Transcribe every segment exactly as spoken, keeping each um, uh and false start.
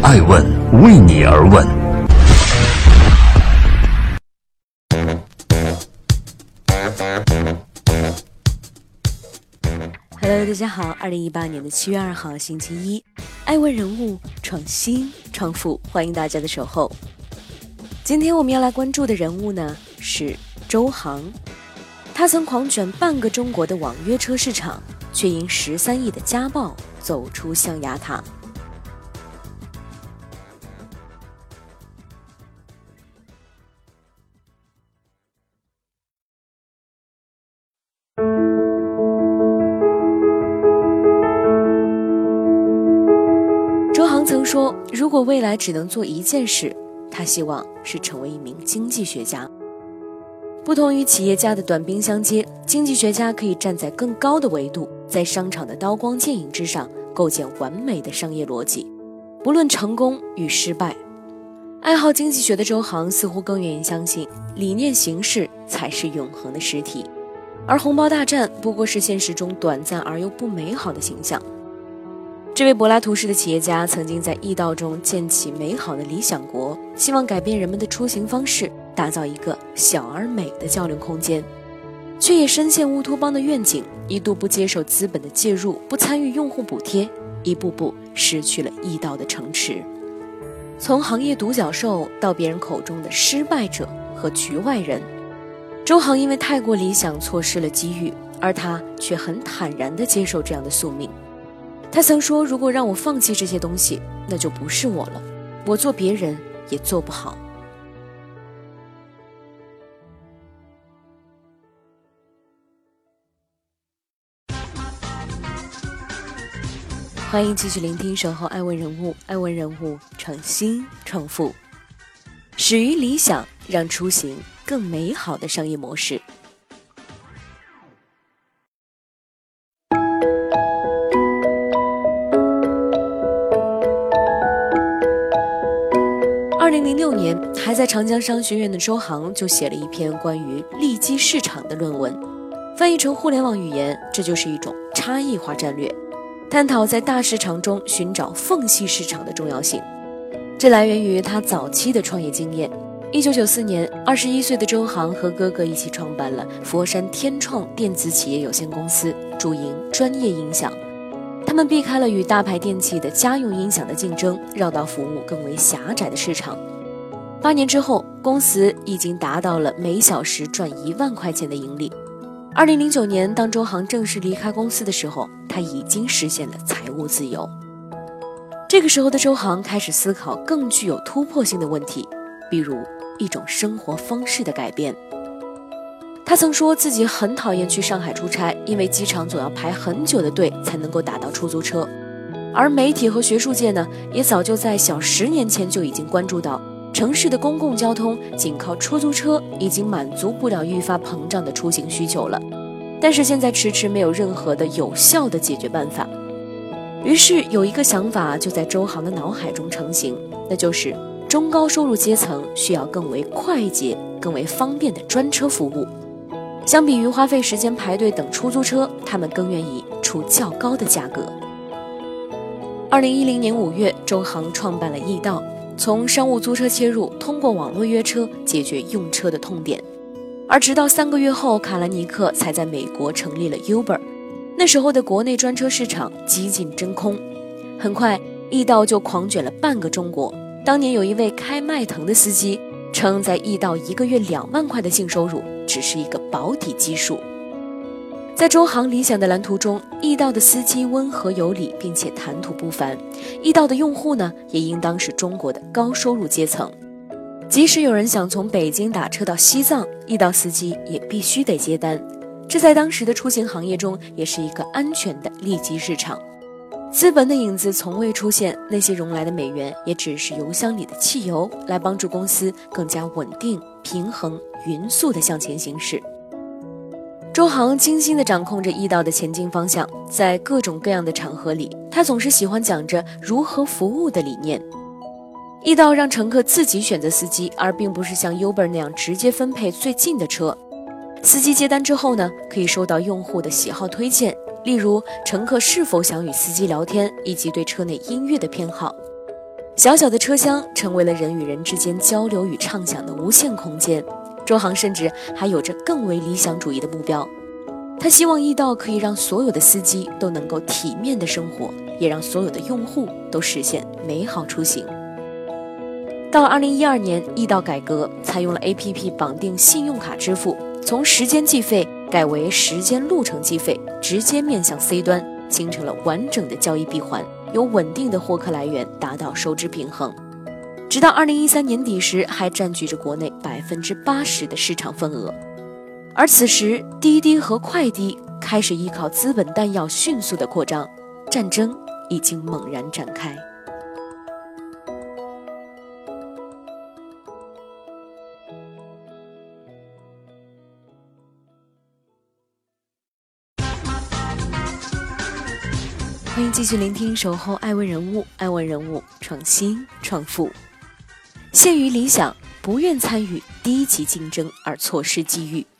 爱问为你而问。 Hello， 大家好，二零一八年的七月二号星期一，爱问人物创新创富，欢迎大家的守候。今天我们要来关注的人物呢是周航，他曾狂卷半个中国的网约车市场，却因十三亿的家暴走出象牙塔。周航曾说，如果未来只能做一件事，他希望是成为一名经济学家。不同于企业家的短兵相接，经济学家可以站在更高的维度，在商场的刀光剑影之上构建完美的商业逻辑，不论成功与失败。爱好经济学的周航似乎更愿意相信，理念形式才是永恒的实体，而红包大战不过是现实中短暂而又不美好的形象。这位柏拉图式的企业家曾经在异道中建起美好的理想国，希望改变人们的出行方式，打造一个小而美的交流空间，却也深陷乌托邦的愿景，一度不接受资本的介入，不参与用户补贴，一步步失去了异道的城池。从行业独角兽到别人口中的失败者和局外人，周航因为太过理想错失了机遇，而他却很坦然地接受这样的宿命。他曾说，如果让我放弃这些东西，那就不是我了，我做别人也做不好。欢迎继续聆听守候爱问人物，爱问人物创新创富，始于理想，让出行更美好的商业模式。二零零六年，还在长江商学院的周航就写了一篇关于利基市场的论文，翻译成互联网语言，这就是一种差异化战略，探讨在大市场中寻找缝隙市场的重要性。这来源于他早期的创业经验。一九九四年，二十一岁的周航和哥哥一起创办了佛山天创电子企业有限公司，主营专业音响。他们避开了与大牌电器的家用音响的竞争，绕道服务更为狭窄的市场。八年之后，公司已经达到了每小时赚一万块钱的盈利。二零零九年，当周航正式离开公司的时候，他已经实现了财务自由。这个时候的周航开始思考更具有突破性的问题，比如一种生活方式的改变。他曾说自己很讨厌去上海出差，因为机场总要排很久的队才能够打到出租车。而媒体和学术界呢，也早就在小十年前就已经关注到，城市的公共交通仅靠出租车已经满足不了愈发膨胀的出行需求了，但是现在迟迟没有任何的有效的解决办法。于是有一个想法就在周航的脑海中成型，那就是中高收入阶层需要更为快捷、更为方便的专车服务。相比于花费时间排队等出租车，他们更愿意出较高的价格。二零一零年五月，周航创办了易到，从商务租车切入，通过网络约车解决用车的痛点。而直到三个月后，卡兰尼克才在美国成立了 Uber。 那时候的国内专车市场几近真空，很快易到就狂卷了半个中国。当年有一位开迈腾的司机称，在易到一个月两万块的净收入只是一个保底基数。在周航理想的蓝图中，易到的司机温和有礼，并且谈吐不凡。易到的用户呢，也应当是中国的高收入阶层。即使有人想从北京打车到西藏，易到司机也必须得接单。这在当时的出行行业中也是一个安全的利基市场。资本的影子从未出现，那些融来的美元也只是油箱里的汽油，来帮助公司更加稳定、平衡、匀速地向前行驶。周航精心地掌控着易到的前进方向，在各种各样的场合里，他总是喜欢讲着如何服务的理念。易到让乘客自己选择司机，而并不是像 Uber 那样直接分配最近的车。司机接单之后呢，可以收到用户的喜好推荐，例如乘客是否想与司机聊天，以及对车内音乐的偏好。 小小的车厢成为了人与人之间交流与畅想的无限空间。周航甚至还有着更为理想主义的目标，他希望易到可以让所有的司机都能够体面的生活，也让所有的用户都实现美好出行。到了二零一二年，易到改革，采用了 A P P 绑定信用卡支付，从时间计费改为时间路程计费，直接面向 C 端，形成了完整的交易闭环，有稳定的获客来源，达到收支平衡。直到二零一三年底时，还占据着国内百分之八十的市场份额。而此时，滴滴和快滴开始依靠资本弹药迅速的扩张，战争已经猛然展开。欢迎继续聆听《守候爱问人物》，爱问人物创新创富。限于理想，不愿参与低级竞争而错失机遇。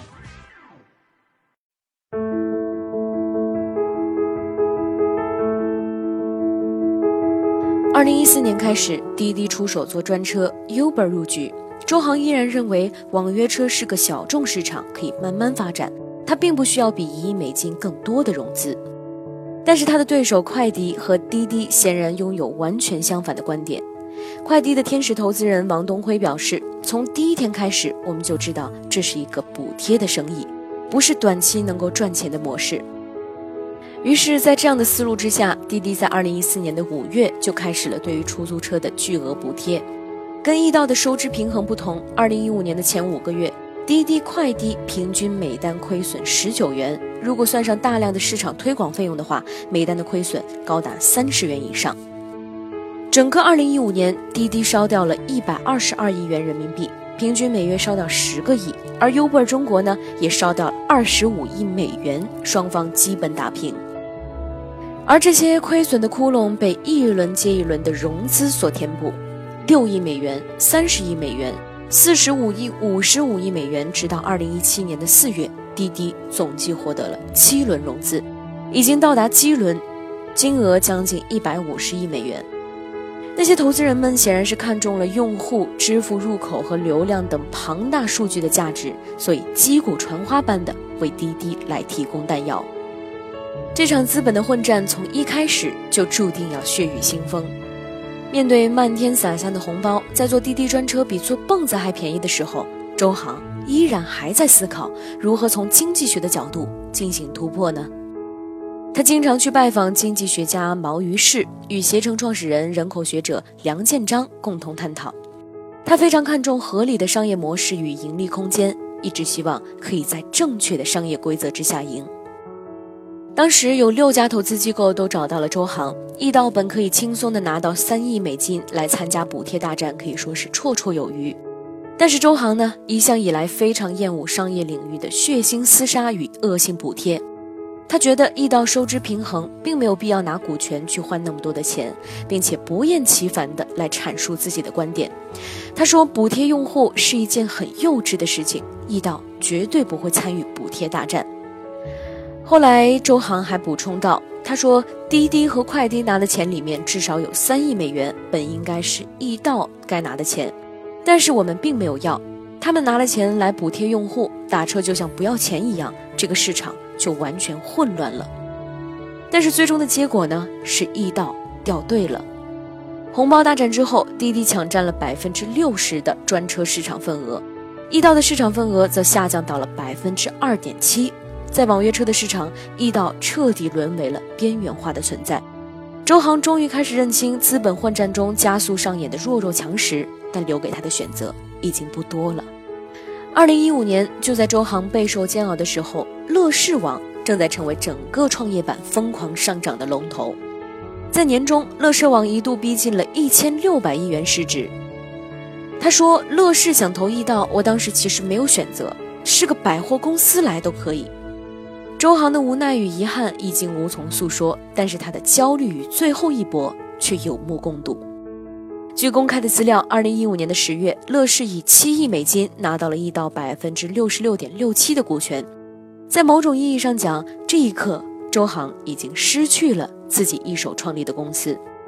二零一四年开始，滴滴出手做专车 ，Uber 入局。周航依然认为网约车是个小众市场，可以慢慢发展，他并不需要比一亿美金更多的融资。但是他的对手快滴和滴滴显然拥有完全相反的观点。快滴的天使投资人王东辉表示，从第一天开始，我们就知道这是一个补贴的生意，不是短期能够赚钱的模式。于是在这样的思路之下，滴滴在二零一四年的五月就开始了对于出租车的巨额补贴。跟易到的收支平衡不同，二零一五年的前五个月，滴滴快滴平均每单亏损十九元，如果算上大量的市场推广费用的话，每单的亏损高达三十元以上。整个二零一五年，滴滴烧掉了一百二十二亿元人民币，平均每月烧掉十个亿，而 Uber 中国呢，也烧掉二十五亿美元，双方基本打平。而这些亏损的窟窿被一轮接一轮的融资所填补，六亿美元、三十亿美元、四十五亿、五十五亿美元，直到二零一七年的四月，滴滴总计获得了七轮融资，已经到达基轮，金额将近一百五十亿美元。那些投资人们显然是看中了用户、支付入口和流量等庞大数据的价值，所以击鼓传花般的为滴滴来提供弹药。这场资本的混战从一开始就注定要血雨腥风。面对漫天洒下的红包，在坐滴滴专车比坐蹦子还便宜的时候，周航依然还在思考如何从经济学的角度进行突破呢？他经常去拜访经济学家毛于轼，与携程创始人、人口学者梁建章共同探讨。他非常看重合理的商业模式与盈利空间，一直希望可以在正确的商业规则之下赢。当时有六家投资机构都找到了周航，易到本可以轻松地拿到三亿美金来参加补贴大战，可以说是绰绰有余。但是周航呢，一向以来非常厌恶商业领域的血腥厮杀与恶性补贴。他觉得易到收支平衡，并没有必要拿股权去换那么多的钱，并且不厌其烦地来阐述自己的观点。他说，补贴用户是一件很幼稚的事情，易到绝对不会参与补贴大战。后来周航还补充道，他说滴滴和快滴拿的钱里面至少有三亿美元，本应该是易到该拿的钱，但是我们并没有要，他们拿了钱来补贴用户，打车就像不要钱一样，这个市场就完全混乱了。但是最终的结果呢，是易到掉队了。红包大战之后，滴滴抢占了百分之六十的专车市场份额，易到的市场份额则下降到了百分之二点七。在网约车的市场，易到彻底沦为了边缘化的存在。周航终于开始认清资本混战中加速上演的弱肉强食，但留给他的选择已经不多了。二零一五年，就在周航备受煎熬的时候，乐视网正在成为整个创业板疯狂上涨的龙头。在年中，乐视网一度逼近了一千六百亿元市值。他说，乐视想投易到，我当时其实没有选择，是个百货公司来都可以。周航的无奈与遗憾已经无从诉说，但是他的焦虑与最后一搏却有目共睹。据公开的资料，二零一五年的十月，乐视以七亿美金拿到了易到百分之六十六点六七的股权。在某种意义上讲，这一刻周航已经失去了自己一手创立的公司。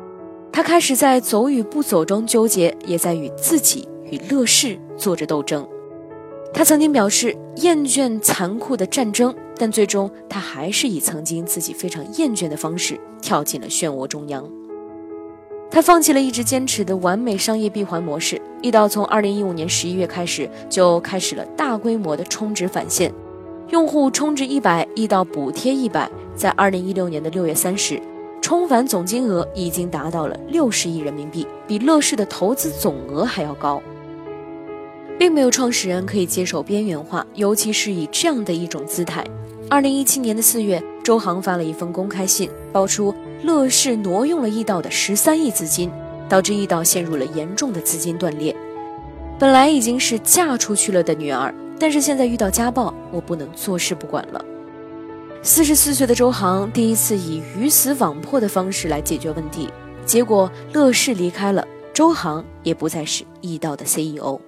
他开始在走与不走中纠结，也在与自己与乐视做着斗争。他曾经表示厌倦残酷的战争，但最终他还是以曾经自己非常厌倦的方式跳进了漩涡中央。他放弃了一直坚持的完美商业闭环模式，易到从二零一五年十一月开始就开始了大规模的充值返现，用户充值一百，易到补贴一百，在二零一六年的六月三十，充返总金额已经达到了六十亿人民币，比乐视的投资总额还要高。并没有创始人可以接受边缘化，尤其是以这样的一种姿态。二零一七年的四月，周航发了一封公开信，爆出乐视挪用了易到的十三亿资金，导致易到陷入了严重的资金断裂。本来已经是嫁出去了的女儿，但是现在遇到家暴，我不能坐视不管了。四十四岁的周航第一次以鱼死网破的方式来解决问题，结果乐视离开了，周航也不再是易到的 C E O。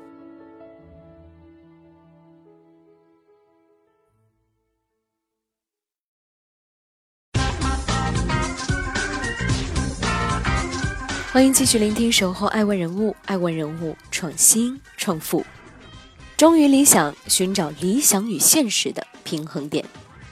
欢迎继续聆听守候爱问人物，爱问人物创新创富，忠于理想，寻找理想与现实的平衡点。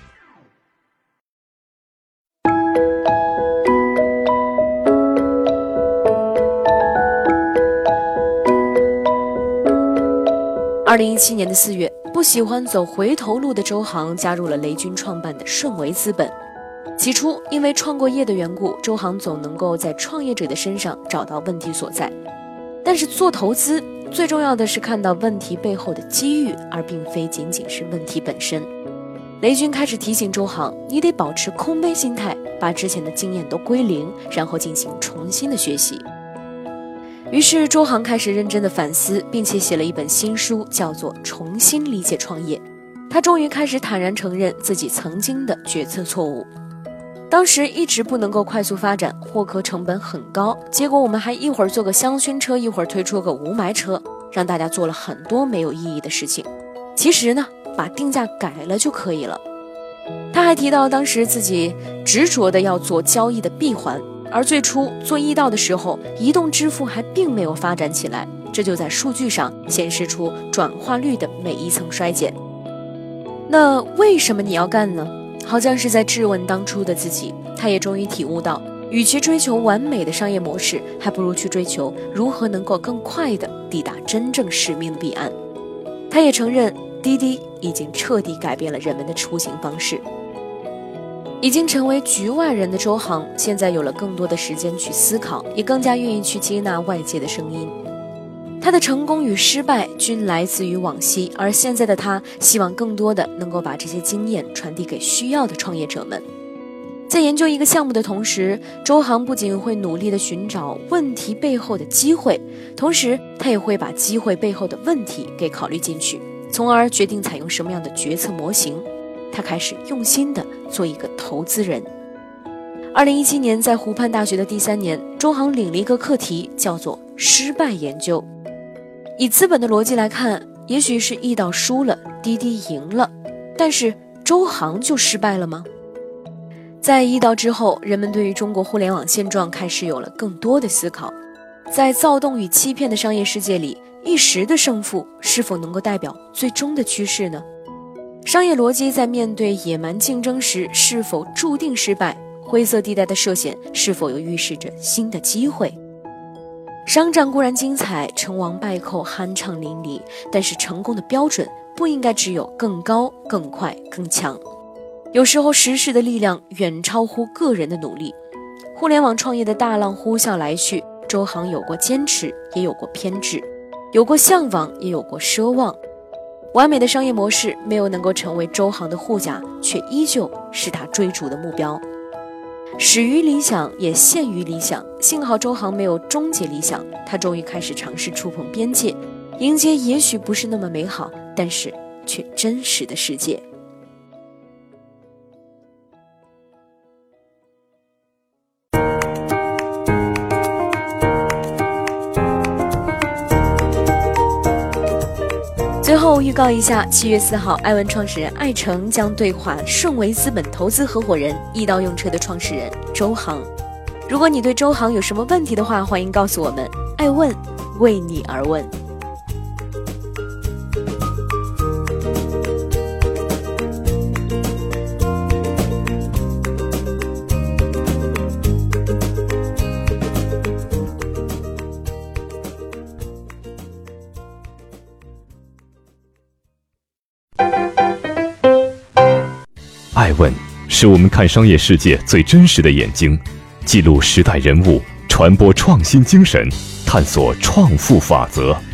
二零一七年的四月，不喜欢走回头路的周航加入了雷军创办的顺为资本。起初因为创过业的缘故，周航总能够在创业者的身上找到问题所在，但是做投资最重要的是看到问题背后的机遇，而并非仅仅是问题本身。雷军开始提醒周航，你得保持空杯心态，把之前的经验都归零，然后进行重新的学习。于是周航开始认真的反思，并且写了一本新书，叫做《重新理解创业》。他终于开始坦然承认自己曾经的决策错误。当时一直不能够快速发展，获客成本很高，结果我们还一会儿做个香薰车，一会儿推出个无霾车，让大家做了很多没有意义的事情。其实呢，把定价改了就可以了。他还提到当时自己执着的要做交易的闭环，而最初做易到的时候，移动支付还并没有发展起来，这就在数据上显示出转化率的每一层衰减。那为什么你要干呢？好像是在质问当初的自己，他也终于体悟到，与其追求完美的商业模式，还不如去追求如何能够更快地抵达真正使命的彼岸。他也承认，滴滴已经彻底改变了人们的出行方式。已经成为局外人的周航，现在有了更多的时间去思考，也更加愿意去接纳外界的声音。他的成功与失败均来自于往昔，而现在的他希望更多的能够把这些经验传递给需要的创业者们。在研究一个项目的同时，周航不仅会努力地寻找问题背后的机会，同时他也会把机会背后的问题给考虑进去，从而决定采用什么样的决策模型。他开始用心地做一个投资人。二零一七年，在湖畔大学的第三年，周航领了一个课题，叫做失败研究。以资本的逻辑来看，也许是易到输了，滴滴赢了，但是周航就失败了吗？在易到之后，人们对于中国互联网现状开始有了更多的思考。在躁动与欺骗的商业世界里，一时的胜负是否能够代表最终的趋势呢？商业逻辑在面对野蛮竞争时是否注定失败？灰色地带的涉险是否又预示着新的机会？商战固然精彩，成王败寇酣畅淋漓，但是成功的标准不应该只有更高、更快、更强。有时候时势的力量远超乎个人的努力。互联网创业的大浪呼啸来去，周航有过坚持，也有过偏执，有过向往，也有过奢望。完美的商业模式没有能够成为周航的护甲，却依旧是他追逐的目标。始于理想，也陷于理想。幸好周航没有终结理想，他终于开始尝试触碰边界，迎接也许不是那么美好，但是却真实的世界。最后预告一下，七月四号，艾文创始人艾诚将对话顺为资本投资合伙人易到用车的创始人周航。 如果你对周航有什么问题的话，欢迎告诉我们。爱问，为你而问。 爱问是我们看商业世界最真实的眼睛，记录时代人物，传播创新精神，探索创富法则。